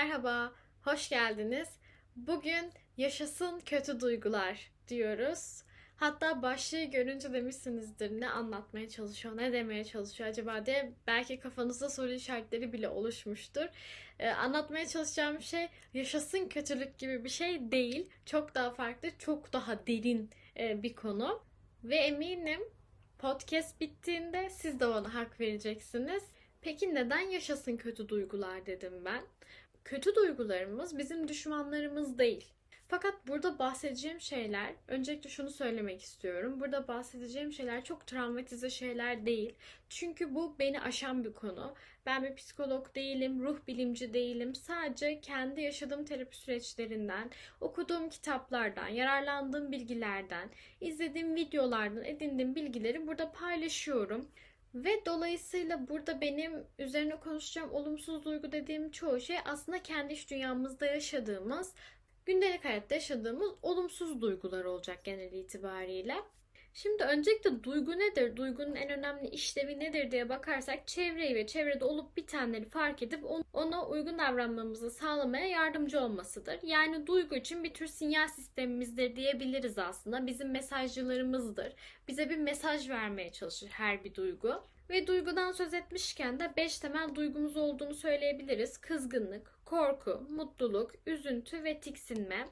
Merhaba, hoş geldiniz. Bugün yaşasın kötü duygular diyoruz. Hatta başlığı görünce demişsinizdir ne anlatmaya çalışıyor, ne demeye çalışıyor acaba diye belki kafanızda soru işaretleri bile oluşmuştur. Anlatmaya çalışacağım şey yaşasın kötülük gibi bir şey değil. Çok daha farklı, çok daha derin bir konu. Ve eminim podcast bittiğinde siz de bana hak vereceksiniz. Peki neden yaşasın kötü duygular dedim ben? Kötü duygularımız bizim düşmanlarımız değil. Fakat burada bahsedeceğim şeyler, öncelikle şunu söylemek istiyorum. Burada bahsedeceğim şeyler çok travmatize şeyler değil. Çünkü bu beni aşan bir konu. Ben bir psikolog değilim, ruh bilimci değilim. Sadece kendi yaşadığım terapi süreçlerinden, okuduğum kitaplardan, yararlandığım bilgilerden, izlediğim videolardan edindiğim bilgileri burada paylaşıyorum. Ve dolayısıyla burada benim üzerine konuşacağım olumsuz duygu dediğim çoğu şey aslında kendi iç dünyamızda yaşadığımız, gündelik hayatta yaşadığımız olumsuz duygular olacak genel itibariyle. Şimdi öncelikle duygu nedir? Duygunun en önemli işlevi nedir diye bakarsak çevreyi ve çevrede olup bitenleri fark edip ona uygun davranmamızı sağlamaya yardımcı olmasıdır. Yani duygu için bir tür sinyal sistemimizdir diyebiliriz aslında. Bizim mesajcılarımızdır. Bize bir mesaj vermeye çalışır her bir duygu. Ve duygudan söz etmişken de 5 temel duygumuz olduğunu söyleyebiliriz. Kızgınlık, korku, mutluluk, üzüntü ve tiksinme.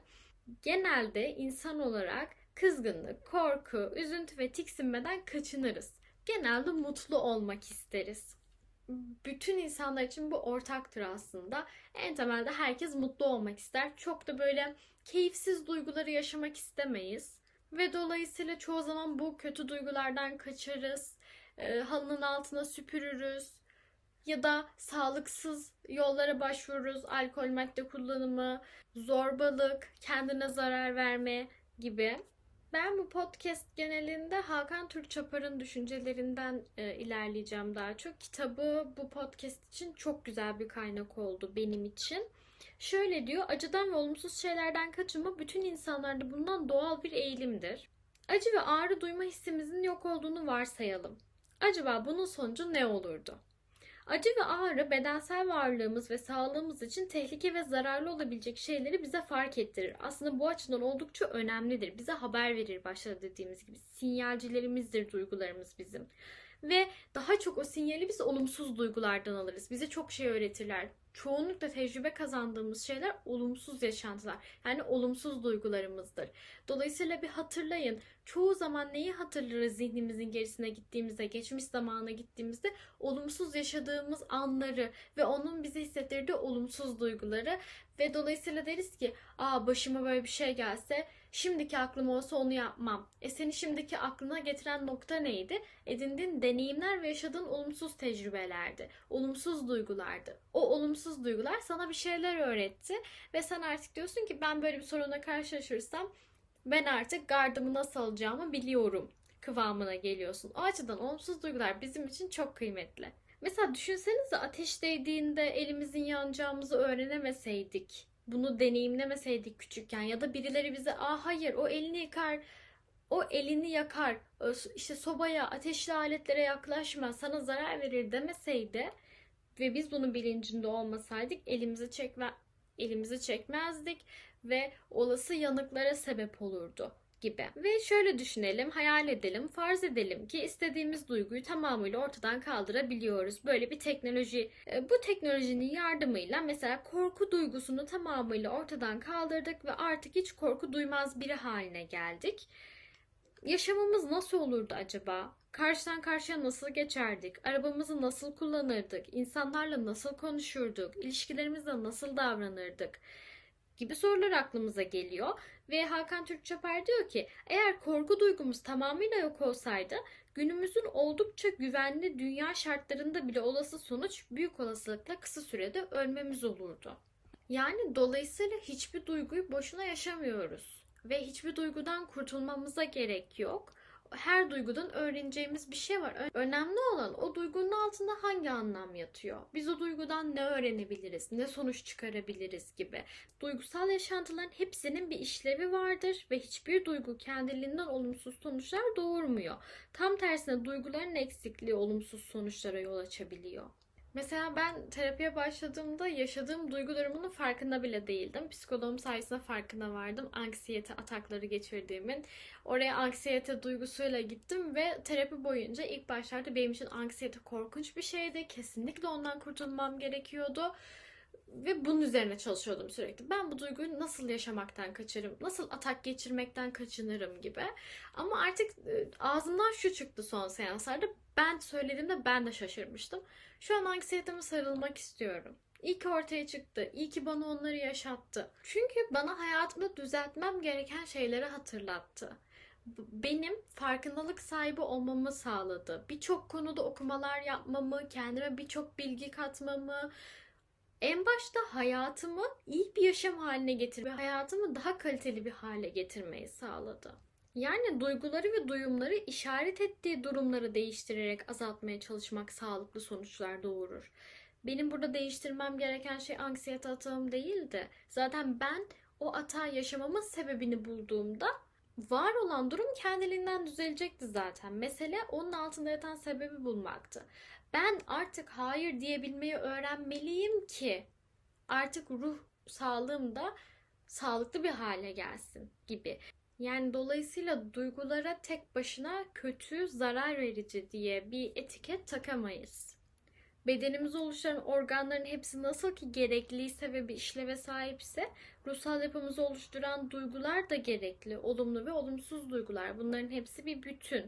Genelde insan olarak kızgınlık, korku, üzüntü ve tiksinmeden kaçınırız. Genelde mutlu olmak isteriz. Bütün insanlar için bu ortaktır aslında. En temelde herkes mutlu olmak ister. Çok da böyle keyifsiz duyguları yaşamak istemeyiz. Ve dolayısıyla çoğu zaman bu kötü duygulardan kaçarız. Halının altına süpürürüz. Ya da sağlıksız yollara başvururuz. Alkol madde kullanımı, zorbalık, kendine zarar verme gibi. Ben bu podcast genelinde Hakan Türkçapar'ın düşüncelerinden ilerleyeceğim daha çok. Kitabı bu podcast için çok güzel bir kaynak oldu benim için. Şöyle diyor, acıdan ve olumsuz şeylerden kaçınma bütün insanlarda bulunan doğal bir eğilimdir. Acı ve ağrı duyma hissimizin yok olduğunu varsayalım. Acaba bunun sonucu ne olurdu? Acı ve ağrı bedensel varlığımız ve sağlığımız için tehlike ve zararlı olabilecek şeyleri bize fark ettirir. Aslında bu açıdan oldukça önemlidir. Bize haber verir başta dediğimiz gibi. Sinyalcilerimizdir duygularımız bizim. Ve daha çok o sinyali biz olumsuz duygulardan alırız. Bize çok şey öğretirler. Çoğunlukla tecrübe kazandığımız şeyler olumsuz yaşantılar. Yani olumsuz duygularımızdır. Dolayısıyla bir hatırlayın. Çoğu zaman neyi hatırlarız zihnimizin gerisine gittiğimizde, geçmiş zamana gittiğimizde? Olumsuz yaşadığımız anları ve onun bize hissettirdiği olumsuz duyguları. Ve dolayısıyla deriz ki, başıma böyle bir şey gelse, şimdiki aklım olsa onu yapmam. Seni şimdiki aklına getiren nokta neydi? Edindiğin deneyimler ve yaşadığın olumsuz tecrübelerdi. Olumsuz duygulardı. O olumsuz duygular sana bir şeyler öğretti ve sen artık diyorsun ki ben böyle bir soruna karşılaşırsam ben artık gardımı nasıl alacağımı biliyorum kıvamına geliyorsun. O açıdan olumsuz duygular bizim için çok kıymetli. Mesela düşünsenize ateş değdiğinde elimizin yanacağımızı öğrenemeseydik, bunu deneyimlemeseydik küçükken ya da birileri bize hayır o elini yıkar, o elini yakar, işte sobaya, ateşli aletlere yaklaşma, sana zarar verir demeseydi ve biz bunun bilincinde olmasaydık elimizi çekmezdik ve olası yanıklara sebep olurdu gibi. Ve şöyle düşünelim, hayal edelim, farz edelim ki istediğimiz duyguyu tamamıyla ortadan kaldırabiliyoruz. Böyle bir teknoloji, bu teknolojinin yardımıyla mesela korku duygusunu tamamıyla ortadan kaldırdık ve artık hiç korku duymaz biri haline geldik. Yaşamımız nasıl olurdu acaba? Karşıdan karşıya nasıl geçerdik? Arabamızı nasıl kullanırdık? İnsanlarla nasıl konuşurduk? İlişkilerimizde nasıl davranırdık? Gibi sorular aklımıza geliyor. Ve Hakan Türkçaper diyor ki eğer korku duygumuz tamamıyla yok olsaydı günümüzün oldukça güvenli dünya şartlarında bile olası sonuç büyük olasılıkla kısa sürede ölmemiz olurdu. Yani dolayısıyla hiçbir duyguyu boşuna yaşamıyoruz. Ve hiçbir duygudan kurtulmamıza gerek yok. Her duygudan öğreneceğimiz bir şey var. Önemli olan o duygunun altında hangi anlam yatıyor? Biz o duygudan ne öğrenebiliriz, ne sonuç çıkarabiliriz gibi. Duygusal yaşantıların hepsinin bir işlevi vardır ve hiçbir duygu kendiliğinden olumsuz sonuçlar doğurmuyor. Tam tersine duyguların eksikliği olumsuz sonuçlara yol açabiliyor. Mesela ben terapiye başladığımda yaşadığım duygu durumunun farkında bile değildim. Psikoloğum sayesinde farkına vardım. Anksiyete atakları geçirdiğimin. Oraya anksiyete duygusuyla gittim ve terapi boyunca ilk başlarda benim için anksiyete korkunç bir şeydi. Kesinlikle ondan kurtulmam gerekiyordu. Ve bunun üzerine çalışıyordum sürekli. Ben bu duyguyu nasıl yaşamaktan kaçırırım, nasıl atak geçirmekten kaçınırım gibi. Ama artık ağzımdan şu çıktı son seanslarda. Ben söylediğimde ben de şaşırmıştım. Şu an anksiyeteme sarılmak istiyorum. İyi ki ortaya çıktı. İyi ki bana onları yaşattı. Çünkü bana hayatımda düzeltmem gereken şeyleri hatırlattı. Benim farkındalık sahibi olmamı sağladı. Birçok konuda okumalar yapmamı, kendime birçok bilgi katmamı, en başta hayatımı iyi bir yaşam haline getirip hayatımı daha kaliteli bir hale getirmeyi sağladı. Yani duyguları ve duyumları işaret ettiği durumları değiştirerek azaltmaya çalışmak sağlıklı sonuçlar doğurur. Benim burada değiştirmem gereken şey anksiyete atağım değildi. Zaten ben o atağı yaşamamın sebebini bulduğumda var olan durum kendiliğinden düzelecekti zaten. Mesele onun altında yatan sebebi bulmaktı. Ben artık hayır diyebilmeyi öğrenmeliyim ki artık ruh sağlığım da sağlıklı bir hale gelsin gibi. Yani dolayısıyla duygulara tek başına kötü, zarar verici diye bir etiket takamayız. Bedenimizi oluşturan organların hepsi nasıl ki gerekliyse ve bir işleve sahipse, ruhsal yapımızı oluşturan duygular da gerekli. Olumlu ve olumsuz duygular. Bunların hepsi bir bütün.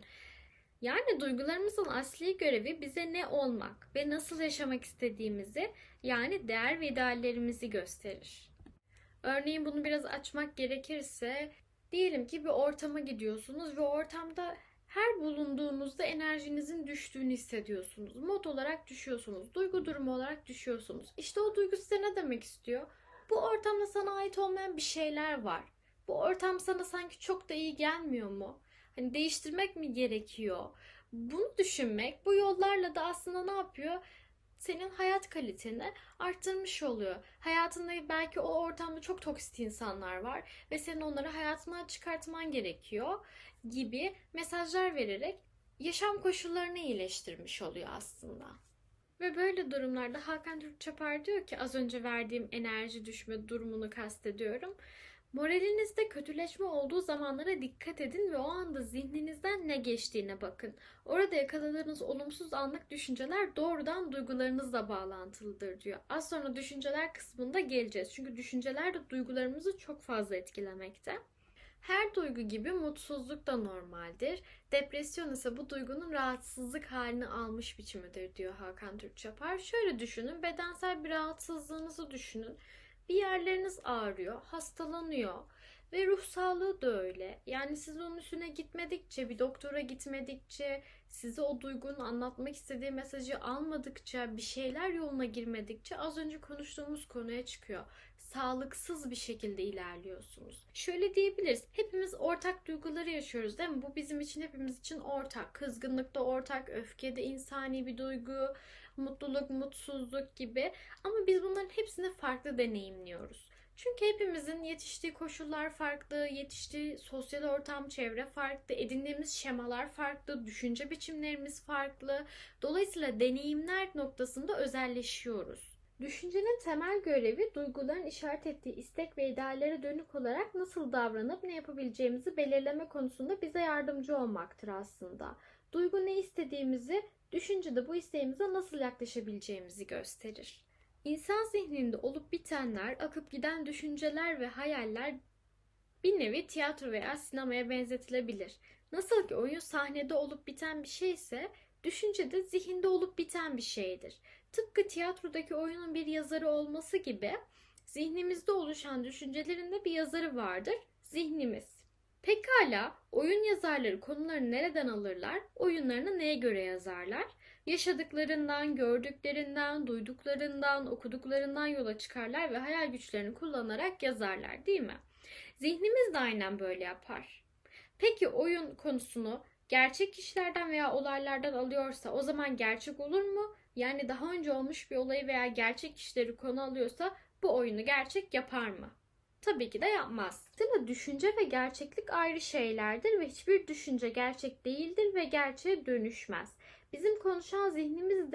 Yani duygularımızın asli görevi bize ne olmak ve nasıl yaşamak istediğimizi, yani değer ve ideallerimizi gösterir. Örneğin bunu biraz açmak gerekirse, diyelim ki bir ortama gidiyorsunuz ve ortamda her bulunduğunuzda enerjinizin düştüğünü hissediyorsunuz. Mod olarak düşüyorsunuz, duygu durumu olarak düşüyorsunuz. İşte o duygu size ne demek istiyor? Bu ortamda sana ait olmayan bir şeyler var. Bu ortam sana sanki çok da iyi gelmiyor mu? Hani değiştirmek mi gerekiyor? Bunu düşünmek bu yollarla da aslında ne yapıyor? Senin hayat kaliteni arttırmış oluyor. Hayatında belki o ortamda çok toksik insanlar var ve senin onları hayatından çıkartman gerekiyor gibi mesajlar vererek yaşam koşullarını iyileştirmiş oluyor aslında. Ve böyle durumlarda Hakan Türkçapar diyor ki, az önce verdiğim enerji düşme durumunu kastediyorum. Moralinizde kötüleşme olduğu zamanlara dikkat edin ve o anda zihninizden ne geçtiğine bakın. Orada yakaladığınız olumsuz anlık düşünceler doğrudan duygularınızla bağlantılıdır diyor. Az sonra düşünceler kısmında geleceğiz. Çünkü düşünceler de duygularımızı çok fazla etkilemekte. Her duygu gibi mutsuzluk da normaldir. Depresyon ise bu duygunun rahatsızlık halini almış biçimidir diyor Hakan Türkçapar. Şöyle düşünün, bedensel bir rahatsızlığınızı düşünün. Bir yerleriniz ağrıyor, hastalanıyor ve ruh sağlığı da öyle. Yani siz onun üstüne gitmedikçe, bir doktora gitmedikçe, size o duygunun anlatmak istediği mesajı almadıkça, bir şeyler yoluna girmedikçe az önce konuştuğumuz konuya çıkıyor. Sağlıksız bir şekilde ilerliyorsunuz. Şöyle diyebiliriz. Hepimiz ortak duyguları yaşıyoruz değil mi? Bu bizim için, hepimiz için ortak. Kızgınlık da ortak, öfke de insani bir duygu, mutluluk, mutsuzluk gibi. Ama biz bunların hepsini farklı deneyimliyoruz. Çünkü hepimizin yetiştiği koşullar farklı, yetiştiği sosyal ortam, çevre farklı, edindiğimiz şemalar farklı, düşünce biçimlerimiz farklı. Dolayısıyla deneyimler noktasında özelleşiyoruz. Düşüncenin temel görevi, duyguların işaret ettiği istek ve ideallere dönük olarak nasıl davranıp ne yapabileceğimizi belirleme konusunda bize yardımcı olmaktır aslında. Duygu ne istediğimizi, düşünce de bu isteğimize nasıl yaklaşabileceğimizi gösterir. İnsan zihninde olup bitenler, akıp giden düşünceler ve hayaller bir nevi tiyatro veya sinemaya benzetilebilir. Nasıl ki oyun sahnede olup biten bir şeyse, düşünce de zihinde olup biten bir şeydir. Tıpkı tiyatrodaki oyunun bir yazarı olması gibi, zihnimizde oluşan düşüncelerin de bir yazarı vardır, zihnimiz. Pekala, oyun yazarları konularını nereden alırlar, oyunlarını neye göre yazarlar? Yaşadıklarından, gördüklerinden, duyduklarından, okuduklarından yola çıkarlar ve hayal güçlerini kullanarak yazarlar, değil mi? Zihnimiz de aynen böyle yapar. Peki oyun konusunu gerçek kişilerden veya olaylardan alıyorsa o zaman gerçek olur mu? Yani daha önce olmuş bir olayı veya gerçek kişileri konu alıyorsa bu oyunu gerçek yapar mı? Tabii ki de yapmaz. Dolayısıyla düşünce ve gerçeklik ayrı şeylerdir ve hiçbir düşünce gerçek değildir ve gerçeğe dönüşmez. Bizim konuşan zihnimiz de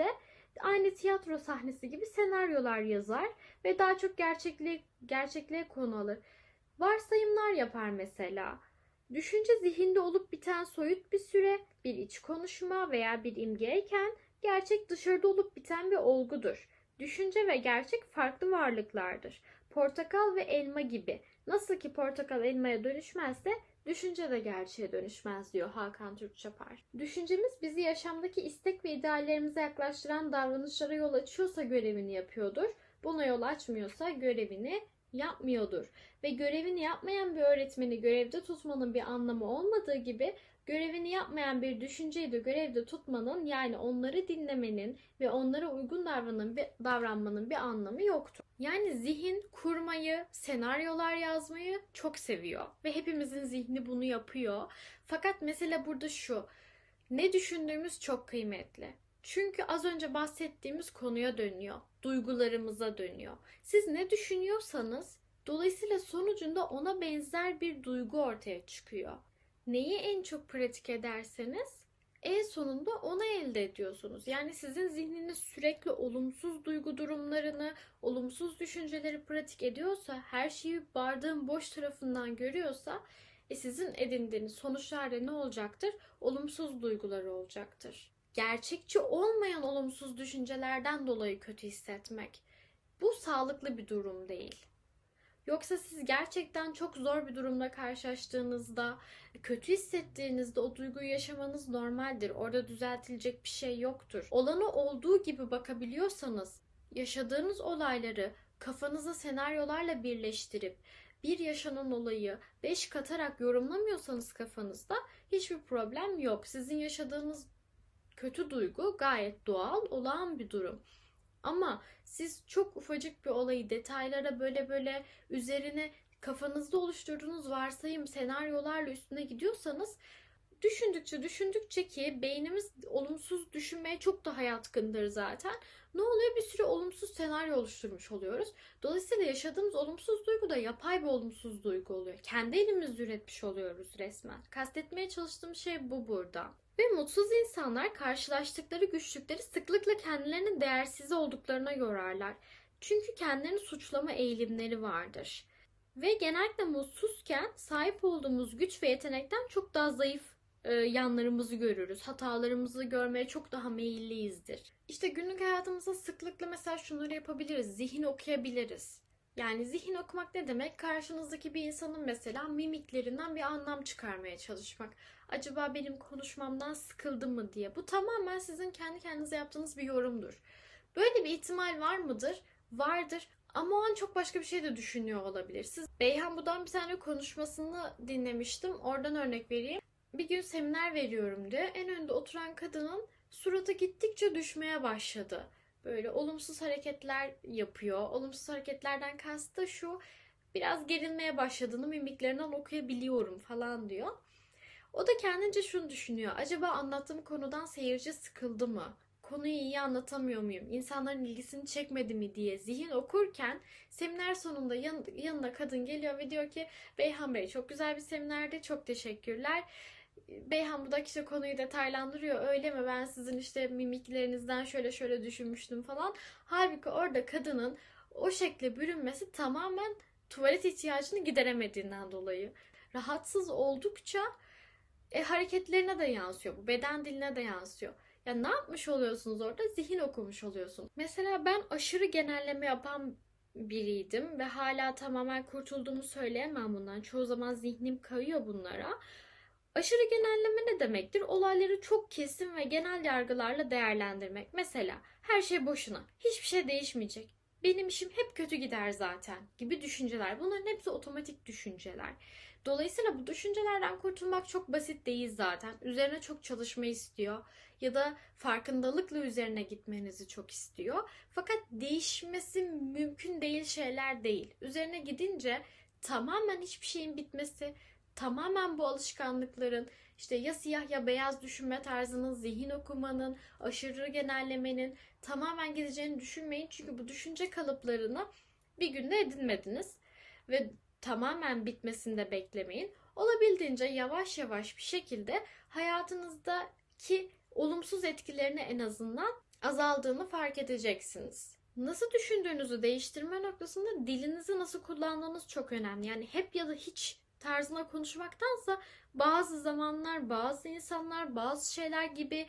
aynı tiyatro sahnesi gibi senaryolar yazar ve daha çok gerçekliğe konu alır. Varsayımlar yapar mesela. Düşünce zihinde olup biten soyut bir süre, bir iç konuşma veya bir imgeyken gerçek dışarıda olup biten bir olgudur. Düşünce ve gerçek farklı varlıklardır. Portakal ve elma gibi. Nasıl ki portakal elmaya dönüşmezse düşünce de gerçeğe dönüşmez diyor Hakan Türkçapar. Düşüncemiz bizi yaşamdaki istek ve ideallerimize yaklaştıran davranışlara yol açıyorsa görevini yapıyordur. Buna yol açmıyorsa görevini yapmıyordur. Ve görevini yapmayan bir öğretmeni görevde tutmanın bir anlamı olmadığı gibi görevini yapmayan bir düşünceyi de görevde tutmanın, yani onları dinlemenin ve onlara uygun davranmanın bir anlamı yoktur. Yani zihin kurmayı, senaryolar yazmayı çok seviyor ve hepimizin zihni bunu yapıyor. Fakat mesele burada şu: ne düşündüğümüz çok kıymetli. Çünkü az önce bahsettiğimiz konuya dönüyor, duygularımıza dönüyor. Siz ne düşünüyorsanız dolayısıyla sonucunda ona benzer bir duygu ortaya çıkıyor. Neyi en çok pratik ederseniz en sonunda onu elde ediyorsunuz. Yani sizin zihniniz sürekli olumsuz duygu durumlarını, olumsuz düşünceleri pratik ediyorsa, her şeyi bardağın boş tarafından görüyorsa, sizin edindiğiniz sonuçlarda ne olacaktır? Olumsuz duygular olacaktır. Gerçekçi olmayan olumsuz düşüncelerden dolayı kötü hissetmek. Bu sağlıklı bir durum değil. Yoksa siz gerçekten çok zor bir durumla karşılaştığınızda, kötü hissettiğinizde o duyguyu yaşamanız normaldir. Orada düzeltilecek bir şey yoktur. Olanı olduğu gibi bakabiliyorsanız, yaşadığınız olayları kafanıza senaryolarla birleştirip bir yaşanan olayı 5 katarak yorumlamıyorsanız kafanızda hiçbir problem yok. Sizin yaşadığınız kötü duygu gayet doğal, olağan bir durum. Ama siz çok ufacık bir olayı detaylara böyle üzerine kafanızda oluşturduğunuz varsayım senaryolarla üstüne gidiyorsanız, düşündükçe ki beynimiz olumsuz düşünmeye çok daha yatkındır zaten. Ne oluyor? Bir sürü olumsuz senaryo oluşturmuş oluyoruz. Dolayısıyla yaşadığımız olumsuz duygu da yapay bir olumsuz duygu oluyor. Kendi elimizle üretmiş oluyoruz resmen. Kastetmeye çalıştığım şey bu burada. Ve mutsuz insanlar karşılaştıkları güçlükleri sıklıkla kendilerinin değersiz olduklarına yorarlar. Çünkü kendilerini suçlama eğilimleri vardır. Ve genellikle mutsuzken sahip olduğumuz güç ve yetenekten çok daha zayıf yanlarımızı görürüz. Hatalarımızı görmeye çok daha meyilliyizdir. İşte günlük hayatımızda sıklıkla mesela şunları yapabiliriz. Zihin okuyabiliriz. Yani zihin okumak ne demek? Karşınızdaki bir insanın mesela mimiklerinden bir anlam çıkarmaya çalışmak. Acaba benim konuşmamdan sıkıldı mı diye. Bu tamamen sizin kendi kendinize yaptığınız bir yorumdur. Böyle bir ihtimal var mıdır? Vardır. Ama o an çok başka bir şey de düşünüyor olabilir. Beyhan Budan bir tane konuşmasını dinlemiştim. Oradan örnek vereyim. Bir gün seminer veriyorum diye en önde oturan kadının suratı gittikçe düşmeye başladı. Böyle olumsuz hareketler yapıyor. Olumsuz hareketlerden kastı şu: biraz gerilmeye başladığını mimiklerinden okuyabiliyorum falan diyor. O da kendince şunu düşünüyor: acaba anlattığım konudan seyirci sıkıldı mı? Konuyu iyi anlatamıyor muyum? İnsanların ilgisini çekmedi mi diye zihin okurken seminer sonunda yanına kadın geliyor ve diyor ki Beyhan Bey, çok güzel bir seminerdi, çok teşekkürler. Beyhan Budak işte konuyu detaylandırıyor. Öyle mi? Ben sizin işte mimiklerinizden şöyle düşünmüştüm falan. Halbuki orada kadının o şekle bürünmesi tamamen tuvalet ihtiyacını gideremediğinden dolayı. Rahatsız oldukça hareketlerine de yansıyor. Bu beden diline de yansıyor. Ya ne yapmış oluyorsunuz orada? Zihin okumuş oluyorsun. Mesela ben aşırı genelleme yapan biriydim ve hala tamamen kurtulduğumu söyleyemem bundan. Çoğu zaman zihnim kayıyor bunlara. Aşırı genelleme ne demektir? Olayları çok kesin ve genel yargılarla değerlendirmek. Mesela her şey boşuna, hiçbir şey değişmeyecek, benim işim hep kötü gider zaten gibi düşünceler. Bunların hepsi otomatik düşünceler. Dolayısıyla bu düşüncelerden kurtulmak çok basit değil zaten. Üzerine çok çalışma istiyor ya da farkındalıkla üzerine gitmenizi çok istiyor. Fakat değişmesi mümkün değil şeyler değil. Üzerine gidince tamamen hiçbir şeyin bitmesi, tamamen bu alışkanlıkların, işte ya siyah ya beyaz düşünme tarzının, zihin okumanın, aşırı genellemenin tamamen gideceğini düşünmeyin. Çünkü bu düşünce kalıplarını bir günde edinmediniz ve tamamen bitmesini de beklemeyin. Olabildiğince yavaş yavaş bir şekilde hayatınızdaki olumsuz etkilerini en azından azaldığını fark edeceksiniz. Nasıl düşündüğünüzü değiştirme noktasında dilinizi nasıl kullandığınız çok önemli. Yani hep ya da hiç tarzına konuşmaktansa bazı zamanlar, bazı insanlar, bazı şeyler gibi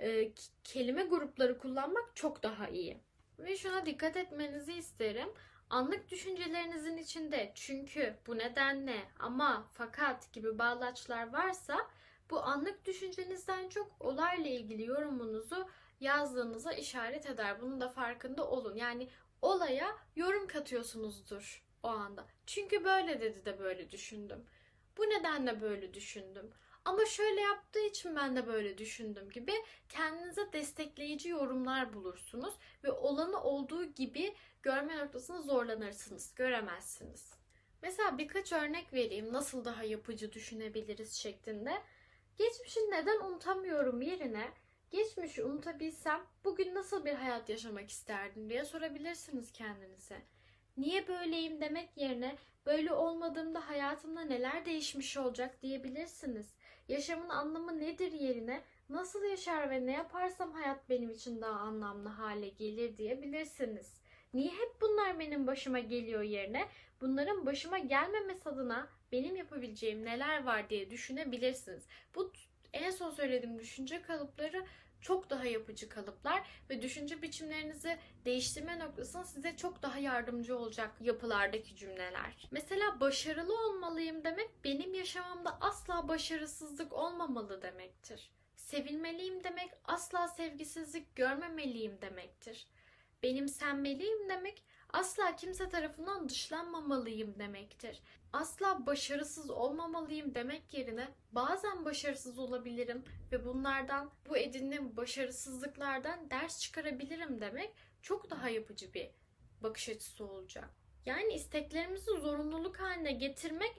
kelime grupları kullanmak çok daha iyi. Ve şuna dikkat etmenizi isterim. Anlık düşüncelerinizin içinde çünkü, bu nedenle, ama, fakat gibi bağlaçlar varsa bu anlık düşüncenizden çok olayla ilgili yorumunuzu yazdığınıza işaret eder. Bunun da farkında olun. Yani olaya yorum katıyorsunuzdur o anda. Çünkü böyle dedi de böyle düşündüm. Bu nedenle böyle düşündüm. Ama şöyle yaptığı için ben de böyle düşündüm gibi kendinize destekleyici yorumlar bulursunuz ve olanı olduğu gibi görme noktasında zorlanırsınız, göremezsiniz. Mesela birkaç örnek vereyim nasıl daha yapıcı düşünebiliriz şeklinde. Geçmişi neden unutamıyorum yerine geçmişi unutabilsem bugün nasıl bir hayat yaşamak isterdim diye sorabilirsiniz kendinize. Niye böyleyim demek yerine böyle olmadığımda hayatımda neler değişmiş olacak diyebilirsiniz. Yaşamın anlamı nedir yerine nasıl yaşar ve ne yaparsam hayat benim için daha anlamlı hale gelir diyebilirsiniz. Niye hep bunlar benim başıma geliyor yerine bunların başıma gelmemesi adına benim yapabileceğim neler var diye düşünebilirsiniz. Bu en son söylediğim düşünce kalıpları çok daha yapıcı kalıplar ve düşünce biçimlerinizi değiştirme noktasında size çok daha yardımcı olacak yapılardaki cümleler. Mesela başarılı olmalıyım demek benim yaşamamda asla başarısızlık olmamalı demektir. Sevilmeliyim demek asla sevgisizlik görmemeliyim demektir. Benimsenmeliyim demek asla kimse tarafından dışlanmamalıyım demektir. Asla başarısız olmamalıyım demek yerine bazen başarısız olabilirim ve bunlardan, bu edindiğim başarısızlıklardan ders çıkarabilirim demek çok daha yapıcı bir bakış açısı olacak. Yani isteklerimizi zorunluluk haline getirmek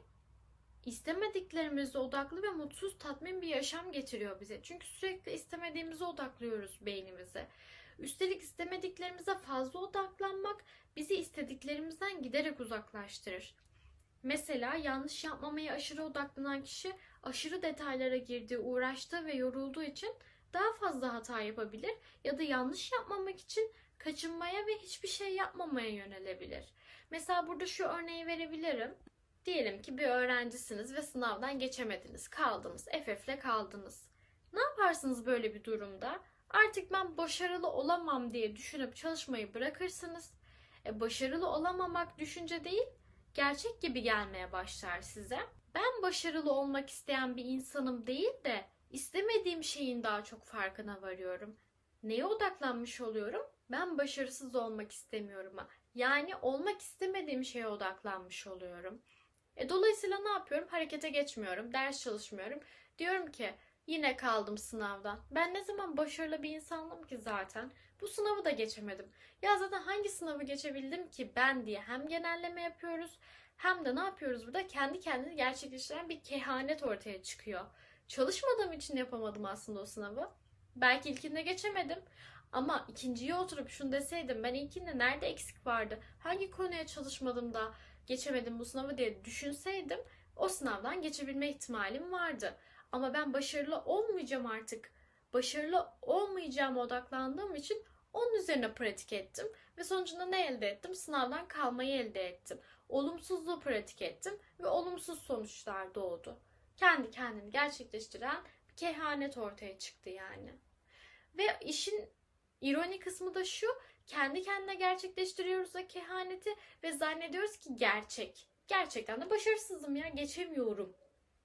istemediklerimize odaklı ve mutsuz, tatmin bir yaşam getiriyor bize. Çünkü sürekli istemediğimize odaklıyoruz beynimize. Üstelik istemediklerimize fazla odaklanmak bizi istediklerimizden giderek uzaklaştırır. Mesela yanlış yapmamaya aşırı odaklanan kişi aşırı detaylara girdiği, uğraştığı ve yorulduğu için daha fazla hata yapabilir ya da yanlış yapmamak için kaçınmaya ve hiçbir şey yapmamaya yönelebilir. Mesela burada şu örneği verebilirim. Diyelim ki bir öğrencisiniz ve sınavdan geçemediniz, kaldınız, FF'le kaldınız. Ne yaparsınız böyle bir durumda? Artık ben başarılı olamam diye düşünüp çalışmayı bırakırsınız. Başarılı olamamak düşünce değil, gerçek gibi gelmeye başlar size. Ben başarılı olmak isteyen bir insanım değil de istemediğim şeyin daha çok farkına varıyorum. Neye odaklanmış oluyorum? Ben başarısız olmak istemiyorum. Yani olmak istemediğim şeye odaklanmış oluyorum. Dolayısıyla ne yapıyorum? Harekete geçmiyorum, ders çalışmıyorum. Diyorum ki yine kaldım sınavdan. Ben ne zaman başarılı bir insandım ki zaten? Bu sınavı da geçemedim. Ya zaten hangi sınavı geçebildim ki ben diye hem genelleme yapıyoruz hem de ne yapıyoruz burada? Kendi kendini gerçekleştiren bir kehanet ortaya çıkıyor. Çalışmadığım için yapamadım aslında o sınavı. Belki ilkinde geçemedim. Ama ikinciye oturup şunu deseydim, ben ilkinde nerede eksik vardı? Hangi konuya çalışmadım da geçemedim bu sınavı diye düşünseydim o sınavdan geçebilme ihtimalim vardı. Ama ben başarılı olmayacağım artık. Başarılı olmayacağıma odaklandığım için onun üzerine pratik ettim. Ve sonucunda ne elde ettim? Sınavdan kalmayı elde ettim. Olumsuzluğu pratik ettim ve olumsuz sonuçlar doğdu. Kendi kendini gerçekleştiren bir kehanet ortaya çıktı yani. Ve işin ironik kısmı da şu: kendi kendine gerçekleştiriyoruz o kehaneti ve zannediyoruz ki gerçek. Gerçekten de başarısızım ya, geçemiyorum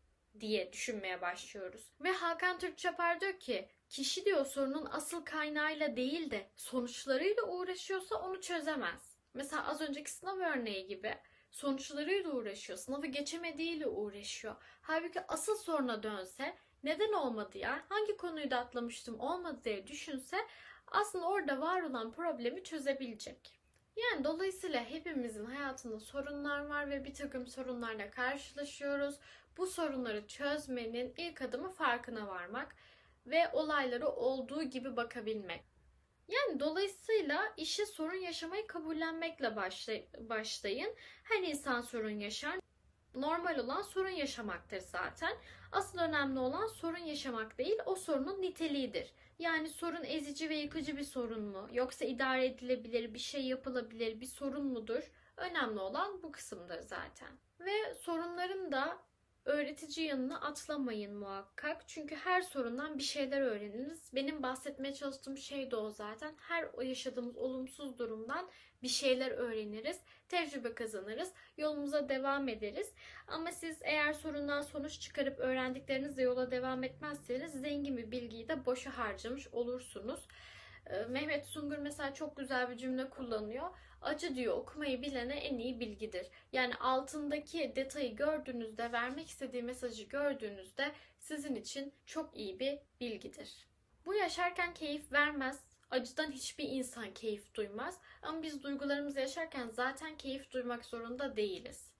diye düşünmeye başlıyoruz. Ve Hakan Türkçaper diyor ki kişi diyor sorunun asıl kaynağıyla değil de sonuçlarıyla uğraşıyorsa onu çözemez. Mesela az önceki sınav örneği gibi sonuçlarıyla uğraşıyor, sınavı geçemediğiyle uğraşıyor. Halbuki asıl soruna dönse, neden olmadı ya, hangi konuyu da atlamıştım olmadı diye düşünse aslında orada var olan problemi çözebilecek. Yani dolayısıyla hepimizin hayatında sorunlar var ve bir takım sorunlarla karşılaşıyoruz. Bu sorunları çözmenin ilk adımı farkına varmak ve olaylara olduğu gibi bakabilmek. Yani dolayısıyla işe sorun yaşamayı kabullenmekle başlayın. Her insan sorun yaşar. Normal olan sorun yaşamaktır zaten. Asıl önemli olan sorun yaşamak değil, o sorunun niteliğidir. Yani sorun ezici ve yıkıcı bir sorun mu? Yoksa idare edilebilir, bir şey yapılabilir bir sorun mudur? Önemli olan bu kısımdır zaten. Ve sorunların da öğretici yanını atlamayın muhakkak. Çünkü her sorundan bir şeyler öğreniriz. Benim bahsetmeye çalıştığım şey de o zaten. Her o yaşadığımız olumsuz durumdan bir şeyler öğreniriz, tecrübe kazanırız, yolumuza devam ederiz. Ama siz eğer sorundan sonuç çıkarıp öğrendiklerinizle yola devam etmezseniz zengin bir bilgiyi de boşa harcamış olursunuz. Mehmet Sungur mesela çok güzel bir cümle kullanıyor. Acı diyor okumayı bilene en iyi bilgidir. Yani altındaki detayı gördüğünüzde, vermek istediği mesajı gördüğünüzde sizin için çok iyi bir bilgidir. Bu yaşarken keyif vermez. Acıdan hiçbir insan keyif duymaz. Ama biz duygularımızı yaşarken zaten keyif duymak zorunda değiliz.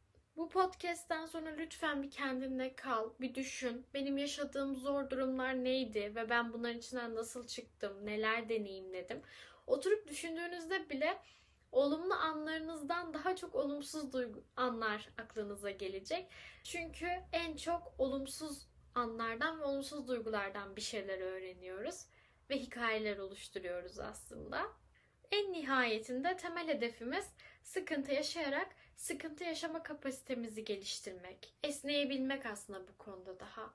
Bu podcast'ten sonra lütfen bir kendine kal, bir düşün. Benim yaşadığım zor durumlar neydi ve ben bunların içinden nasıl çıktım, neler deneyimledim. Oturup düşündüğünüzde bile olumlu anlarınızdan daha çok olumsuz anlar aklınıza gelecek. Çünkü en çok olumsuz anlardan ve olumsuz duygulardan bir şeyler öğreniyoruz ve hikayeler oluşturuyoruz aslında. En nihayetinde temel hedefimiz sıkıntı yaşayarak sıkıntı yaşama kapasitemizi geliştirmek. Esneyebilmek aslında bu konuda daha.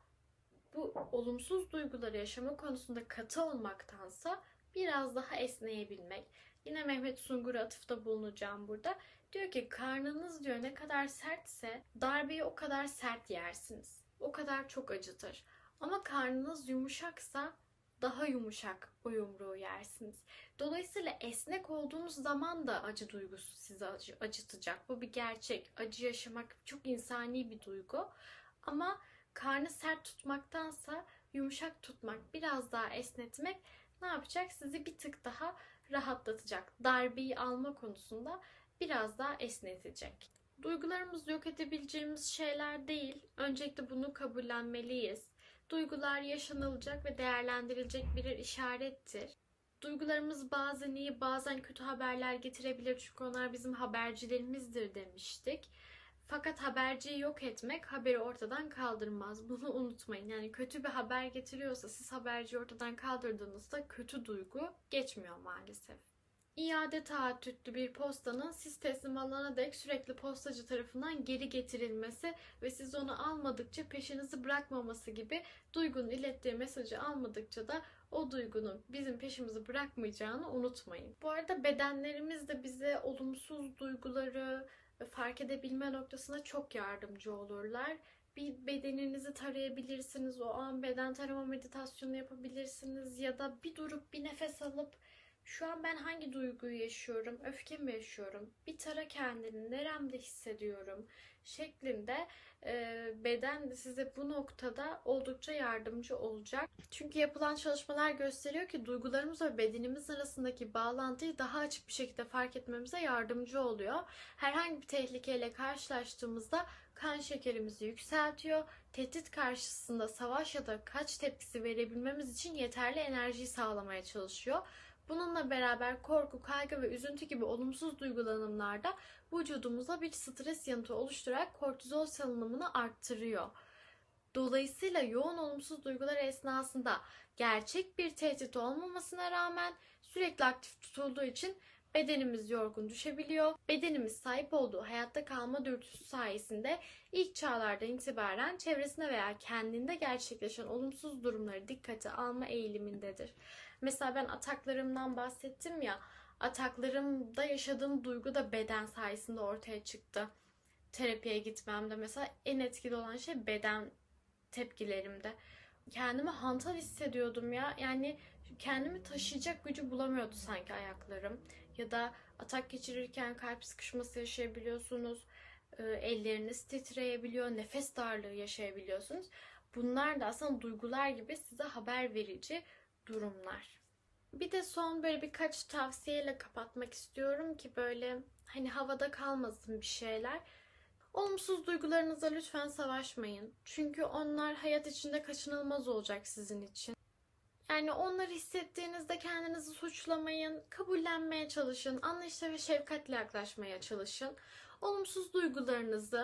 Bu olumsuz duyguları yaşama konusunda katı olmaktansa biraz daha esneyebilmek. Yine Mehmet Sungur'a atıfta bulunacağım burada. Diyor ki karnınız diyor ne kadar sertse darbeyi o kadar sert yersiniz. O kadar çok acıtır. Ama karnınız yumuşaksa daha yumuşak o yumruğu yersiniz. Dolayısıyla esnek olduğunuz zaman da acı duygusu sizi acıtacak. Bu bir gerçek. Acı yaşamak çok insani bir duygu. Ama karnı sert tutmaktansa yumuşak tutmak, biraz daha esnetmek ne yapacak? Sizi bir tık daha rahatlatacak. Darbeyi alma konusunda biraz daha esnetecek. Duygularımızı yok edebileceğimiz şeyler değil. Öncelikle bunu kabullenmeliyiz. Duygular yaşanılacak ve değerlendirilecek birer işarettir. Duygularımız bazen iyi, bazen kötü haberler getirebilir çünkü onlar bizim habercilerimizdir demiştik. Fakat haberciyi yok etmek haberi ortadan kaldırmaz. Bunu unutmayın. Yani kötü bir haber getiriyorsa siz haberciyi ortadan kaldırdığınızda kötü duygu geçmiyor maalesef. İade taahhütlü bir postanın siz teslim alana dek sürekli postacı tarafından geri getirilmesi ve siz onu almadıkça peşinizi bırakmaması gibi duygunun ilettiği mesajı almadıkça da o duygunun bizim peşimizi bırakmayacağını unutmayın. Bu arada bedenlerimiz de bize olumsuz duyguları fark edebilme noktasına çok yardımcı olurlar. Bir bedeninizi tarayabilirsiniz. O an beden tarama meditasyonu yapabilirsiniz ya da bir durup bir nefes alıp şu an ben hangi duyguyu yaşıyorum? Öfke mi yaşıyorum? Bir tara kendini, neremde hissediyorum? Şeklinde beden de size bu noktada oldukça yardımcı olacak. Çünkü yapılan çalışmalar gösteriyor ki duygularımız ve bedenimiz arasındaki bağlantıyı daha açık bir şekilde fark etmemize yardımcı oluyor. Herhangi bir tehlikeyle karşılaştığımızda kan şekerimizi yükseltiyor. Tehdit karşısında savaş ya da kaç tepkisi verebilmemiz için yeterli enerjiyi sağlamaya çalışıyor. Bununla beraber korku, kaygı ve üzüntü gibi olumsuz duygulanımlarda vücudumuza bir stres yanıtı oluşturarak kortizol salınımını arttırıyor. Dolayısıyla yoğun olumsuz duygular esnasında gerçek bir tehdit olmamasına rağmen sürekli aktif tutulduğu için bedenimiz yorgun düşebiliyor. Bedenimiz sahip olduğu hayatta kalma dürtüsü sayesinde ilk çağlardan itibaren çevresine veya kendinde gerçekleşen olumsuz durumları dikkate alma eğilimindedir. Mesela ben ataklarımdan bahsettim ya, ataklarımda yaşadığım duygu da beden sayesinde ortaya çıktı. Terapiye gitmemde mesela en etkili olan şey beden tepkilerimde. Kendimi hantal hissediyordum ya. Yani kendimi taşıyacak gücü bulamıyordu sanki ayaklarım. Ya da atak geçirirken kalp sıkışması yaşayabiliyorsunuz. Elleriniz titreyebiliyor. Nefes darlığı yaşayabiliyorsunuz. Bunlar da aslında duygular gibi size haber verici durumlar. Bir de son böyle birkaç tavsiyeyle kapatmak istiyorum ki böyle hani havada kalmasın bir şeyler. Olumsuz duygularınıza lütfen savaşmayın. Çünkü onlar hayat içinde kaçınılmaz olacak sizin için. Yani onları hissettiğinizde kendinizi suçlamayın, kabullenmeye çalışın, anlayışla ve şefkatle yaklaşmaya çalışın. Olumsuz duygularınızı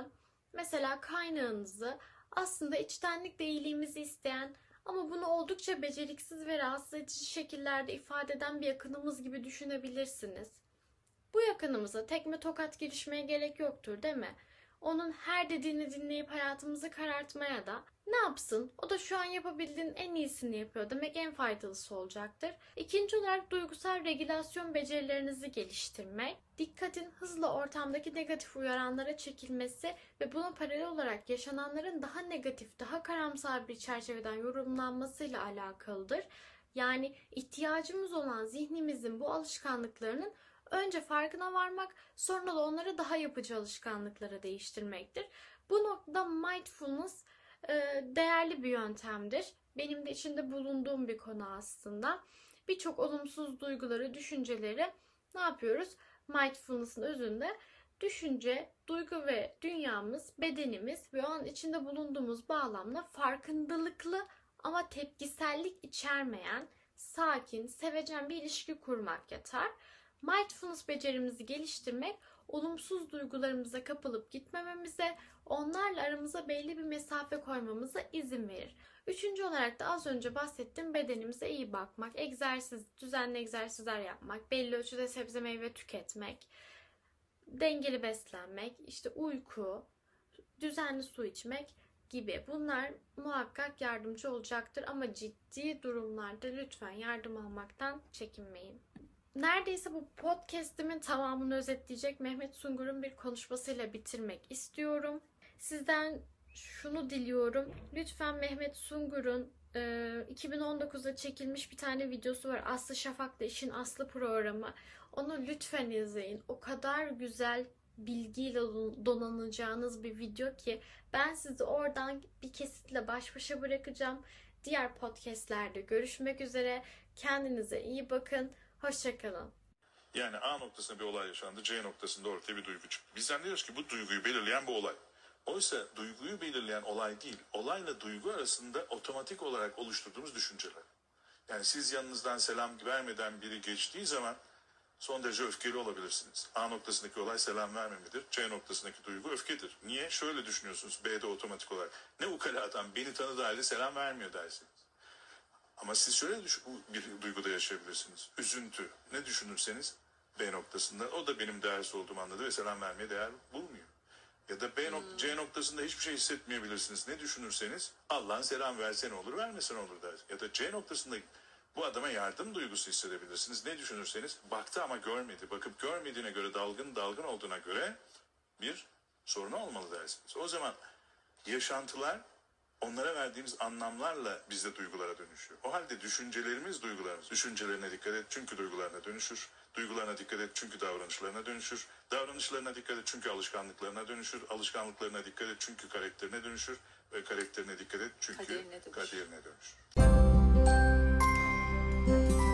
Mesela kaynağınızı aslında içtenlikle iyiliğimizi isteyen ama bunu oldukça beceriksiz ve rahatsız edici şekillerde ifade eden bir yakınımız gibi düşünebilirsiniz. Bu yakınımıza tekme tokat girişmeye gerek yoktur, değil mi? Onun her dediğini dinleyip hayatımızı karartmaya da ne yapsın? O da şu an yapabildiğin en iyisini yapıyor demek en faydalısı olacaktır. İkinci olarak duygusal regülasyon becerilerinizi geliştirmek. Dikkatin hızla ortamdaki negatif uyaranlara çekilmesi ve buna paralel olarak yaşananların daha negatif, daha karamsar bir çerçeveden yorumlanmasıyla alakalıdır. Yani ihtiyacımız olan zihnimizin bu alışkanlıklarının önce farkına varmak, sonra da onları daha yapıcı alışkanlıklara değiştirmektir. Bu noktada mindfulness değerli bir yöntemdir. Benim de içinde bulunduğum bir konu aslında. Birçok olumsuz duyguları, düşünceleri ne yapıyoruz? Mindfulness'ın özünde düşünce, duygu ve dünyamız, bedenimiz ve o an içinde bulunduğumuz bağlamla farkındalıklı ama tepkisellik içermeyen, sakin, sevecen bir ilişki kurmak yatar. Mindfulness becerimizi geliştirmek, olumsuz duygularımıza kapılıp gitmememize, onlarla aramıza belli bir mesafe koymamıza izin verir. Üçüncü olarak da az önce bahsettiğim bedenimize iyi bakmak, düzenli egzersizler yapmak, belli ölçüde sebze meyve tüketmek, dengeli beslenmek, işte uyku, düzenli su içmek gibi. Bunlar muhakkak yardımcı olacaktır ama ciddi durumlarda lütfen yardım almaktan çekinmeyin. Neredeyse bu podcast'imin tamamını özetleyecek Mehmet Sungur'un bir konuşmasıyla bitirmek istiyorum. Sizden şunu diliyorum. Lütfen Mehmet Sungur'un 2019'da çekilmiş bir tane videosu var. Aslı Şafak'la İşin Aslı programı. Onu lütfen izleyin. O kadar güzel bilgiyle donanacağınız bir video ki ben sizi oradan bir kesitle baş başa bırakacağım. Diğer podcastlerde görüşmek üzere. Kendinize iyi bakın. Hoşçakalın. Yani A noktasında bir olay yaşandı, C noktasında ortaya bir duygu çıktı. Biz zannediyoruz ki bu duyguyu belirleyen bu olay. Oysa duyguyu belirleyen olay değil, olayla duygu arasında otomatik olarak oluşturduğumuz düşünceler. Yani siz yanınızdan selam vermeden biri geçtiği zaman son derece öfkeli olabilirsiniz. A noktasındaki olay selam vermemedir, C noktasındaki duygu öfkedir. Niye? Şöyle düşünüyorsunuz B'de otomatik olarak. Ne ukala adam beni tanıdığı halde selam vermiyor dersiniz. Ama siz şöyle bir duyguda yaşayabilirsiniz. Üzüntü. Ne düşünürseniz B noktasında o da benim değersiz olduğumu anladı ve selam vermeye değer bulmuyor. Ya da C noktasında hiçbir şey hissetmeyebilirsiniz. Ne düşünürseniz Allah'ın selam verse ne olur vermese ne olur der. Ya da C noktasında bu adama yardım duygusu hissedebilirsiniz. Ne düşünürseniz baktı ama görmedi. Bakıp görmediğine göre dalgın olduğuna göre bir sorun olmalı dersiniz. O zaman yaşantılar onlara verdiğimiz anlamlarla bizde duygulara dönüşüyor. O halde düşüncelerimiz duygularımız. Düşüncelerine dikkat et çünkü duygularına dönüşür. Duygularına dikkat et çünkü davranışlarına dönüşür. Davranışlarına dikkat et çünkü alışkanlıklarına dönüşür. Alışkanlıklarına dikkat et çünkü karakterine dönüşür. Ve karakterine dikkat et çünkü kaderine dönüşür.